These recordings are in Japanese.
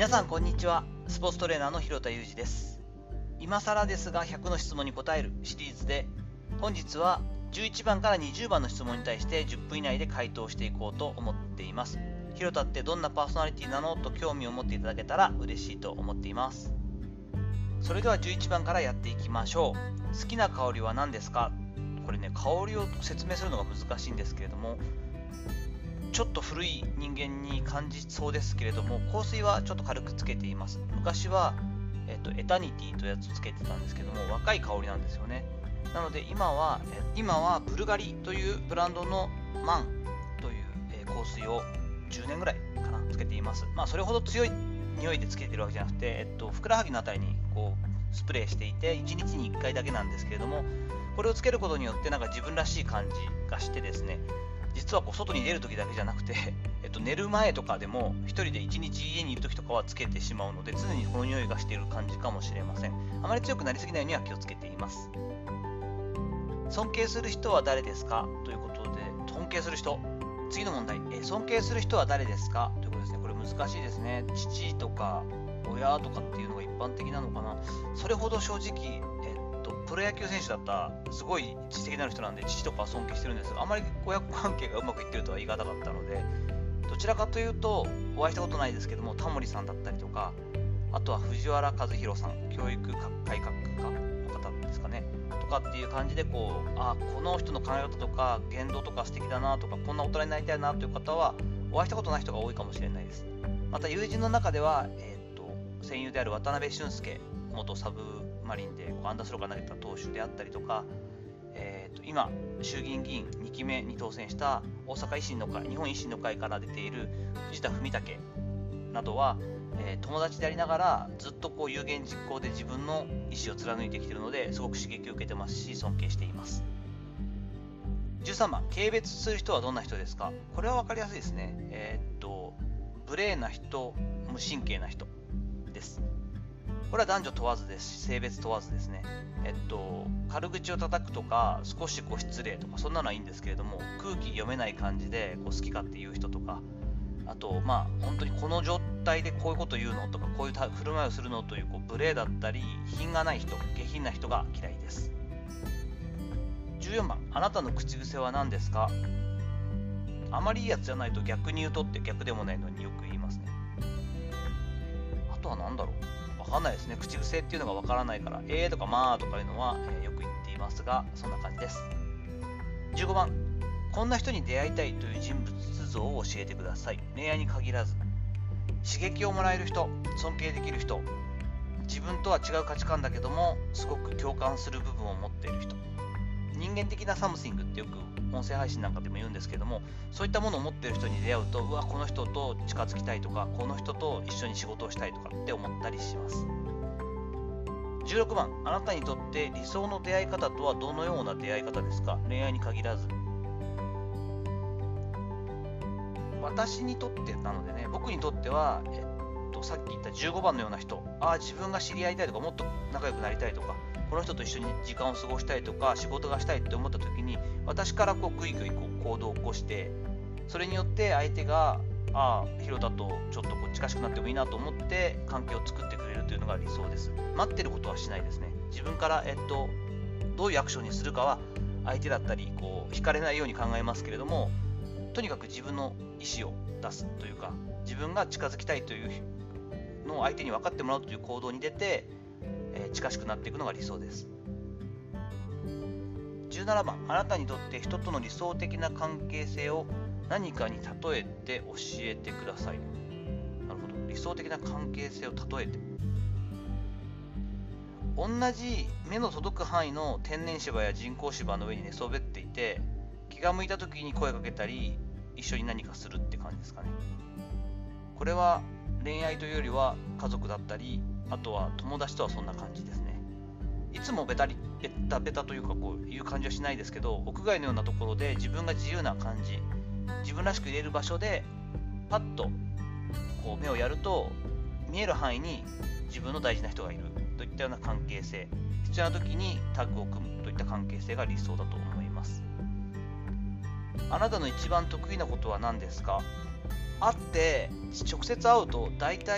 皆さんこんにちは。スポーツトレーナーの広田裕二です。今更ですが100の質問に答えるシリーズで、本日は11番から20番の質問に対して10分以内で回答していこうと思っています。広田ってどんなパーソナリティなのと興味を持っていただけたら嬉しいと思っています。それでは11番からやっていきましょう。好きな香りは何ですか？これね、香りを説明するのが難しいんですけれども、ちょっと古い人間に感じそうですけれども、香水はちょっと軽くつけています。昔は、エタニティというやつをつけてたんですけども、若い香りなんですよね。なので今はブルガリというブランドのマンという、香水を10年ぐらいかなつけています。それほど強い匂いでつけてるわけじゃなくて、ふくらはぎのあたりにこうスプレーしていて、1日に1回だけなんですけれども、これをつけることによってなんか自分らしい感じがしてですね、実は外に出るときだけじゃなくて、寝る前とかでも一人で1日家にいるときとかはつけてしまうので、常にこの匂いがしている感じかもしれません。あまり強くなりすぎないようには気をつけています。尊敬する人は誰ですかということで、尊敬する人、次の問題、尊敬する人は誰ですかということですね。これ難しいですね。父とか親とかっていうのが一般的なのかな。それほど正直、プロ野球選手だったすごい実績のある人なんで、父とかは尊敬してるんですが、あまり親子関係がうまくいってるとは言い難かったので、どちらかというとお会いしたことないですけども、タモリさんだったりとか、あとは藤原和弘さん、教育改革家の方ですかねとかっていう感じで、この人の考え方とか言動とか素敵だなとか、こんな大人になりたいなという方はお会いしたことない人が多いかもしれないです。また友人の中では、戦友である渡辺俊介元サブマリンでアンダースローから投げた投手であったりとか、今衆議院議員2期目に当選した大阪維新の会、日本維新の会から出ている藤田文武などは、友達でありながらずっと有言実行で自分の意思を貫いてきているので、すごく刺激を受けてますし尊敬しています。13番、軽蔑する人はどんな人ですか？これは分かりやすいですね。無礼な人、無神経な人です。これは男女問わずですし、性別問わずですね。軽口を叩くとか少し失礼とかそんなのはいいんですけれども、空気読めない感じで好き勝手言う人とか、あと本当にこの状態でこういうこと言うのとか、こういう振る舞いをするのという無礼だったり品がない人、下品な人が嫌いです。14番、あなたの口癖は何ですか？あまりいいやつじゃないと逆に言うとって逆でもないのによく言いますね。あとは何だろう、わかんないですね。口癖っていうのがわからないから、とかまあとかいうのは、よく言っていますが、そんな感じです。15番、こんな人に出会いたいという人物像を教えてください。恋愛に限らず、刺激をもらえる人、尊敬できる人、自分とは違う価値観だけどもすごく共感する部分を持っている人、人間的なサムシングってよく音声配信なんかでも言うんですけども、そういったものを持っている人に出会うと、この人と近づきたいとか、この人と一緒に仕事をしたいとかって思ったりします。16番、あなたにとって理想の出会い方とはどのような出会い方ですか？恋愛に限らず。私にとってなのでね、僕にとっては、さっき言った15番のような人、自分が知り合いたいとか、もっと仲良くなりたいとか、この人と一緒に時間を過ごしたいとか、仕事がしたいって思った時に、私からグイグイ行動を起こして、それによって相手が広田とちょっと近しくなってもいいなと思って関係を作ってくれるというのが理想です。待ってることはしないですね。自分から、どういうアクションにするかは相手だったり惹かれないように考えますけれども、とにかく自分の意思を出すというか、自分が近づきたいというのを相手に分かってもらうという行動に出て、近しくなっていくのが理想です。17番、あなたにとって人との理想的な関係性を何かに例えて教えてください。なるほど、理想的な関係性を例えて、同じ目の届く範囲の天然芝や人工芝の上に寝そべっていて、気が向いた時に声かけたり一緒に何かするって感じですかね。これは恋愛というよりは家族だったり、あとは友達とはそんな感じですね。いつもベタベタというかいう感じはしないですけど、屋外のようなところで自分が自由な感じ、自分らしくいれる場所でパッと目をやると見える範囲に自分の大事な人がいるといったような関係性、必要な時にタッグを組むといった関係性が理想だと思います。あなたの一番得意なことは何ですか？会って直接会うと大体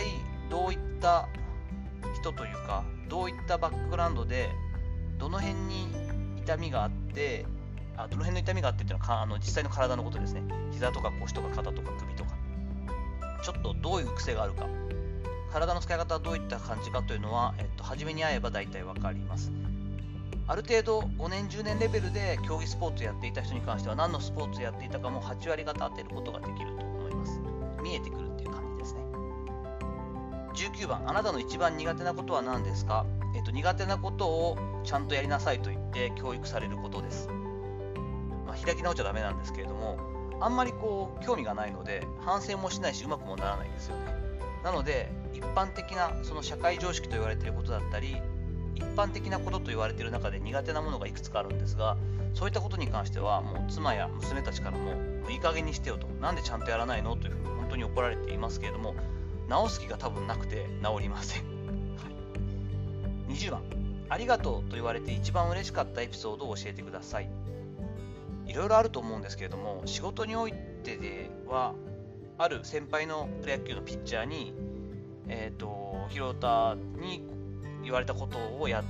どういった人というか、どういったバックグラウンドでどの辺に痛みがあって、どの辺の痛みがあってっていうのは実際の体のことですね。膝とか腰とか肩とか首とか、ちょっとどういう癖があるか、体の使い方はどういった感じかというのは、初めに会えば大体わかります。ある程度5年10年レベルで競技スポーツをやっていた人に関しては、何のスポーツをやっていたかも8割方当てることができると思います。見えてくるっていう感じですね。19番、あなたの一番苦手なことは何ですか？苦手なことをちゃんとやりなさいと言って教育されることです。開き直っちゃダメなんですけれども、あんまり興味がないので反省もしないし、うまくもならないですよね。なので一般的なその社会常識と言われていることだったり、一般的なことと言われている中で苦手なものがいくつかあるんですが、そういったことに関してはもう妻や娘たちからもいい加減にしてよと、なんでちゃんとやらないのというふうに本当に怒られていますけれども、直す気が多分なくて治りません。20番、ありがとうと言われて一番嬉しかったエピソードを教えてください。いろいろあると思うんですけれども、仕事においてでは、ある先輩のプロ野球のピッチャーに、広田に言われたことをやって、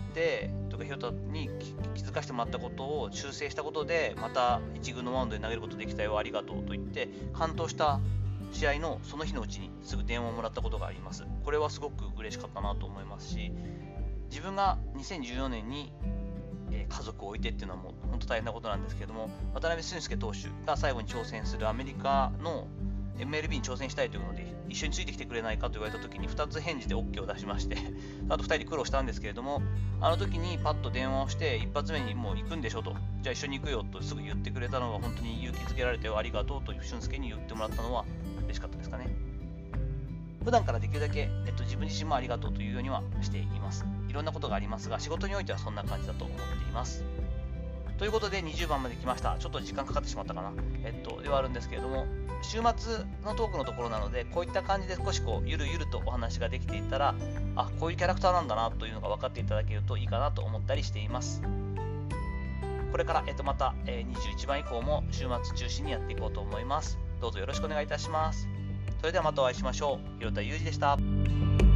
広田に気づかせてもらったことを修正したことで、また一軍のマウンドで投げることできたよ、ありがとうと言って、完投した試合のその日のうちにすぐ電話をもらったことがあります。これはすごく嬉しかったなと思いますし、自分が2014年に家族を置いてっていうのはもう本当大変なことなんですけれども、渡辺俊介投手が最後に挑戦するアメリカの MLB に挑戦したいというので、一緒についてきてくれないかと言われた時に2つ返事で OK を出しまして、あと2人で苦労したんですけれども、あの時にパッと電話をして一発目にもう行くんでしょと、じゃあ一緒に行くよとすぐ言ってくれたのが本当に勇気づけられてありがとうという俊介に言ってもらったのは嬉しかったですかね。普段からできるだけ、自分自身もありがとうというようにはしています。いろんなことがありますが、仕事においてはそんな感じだと思っています。ということで20番まで来ました。ちょっと時間かかってしまったかな。ではあるんですけれども、週末のトークのところなので、こういった感じで少しゆるゆるとお話ができていたら、こういうキャラクターなんだなというのが分かっていただけるといいかなと思ったりしています。これから、また、21番以降も週末中心にやっていこうと思います。どうぞよろしくお願いいたします。それではまたお会いしましょう。広田裕二でした。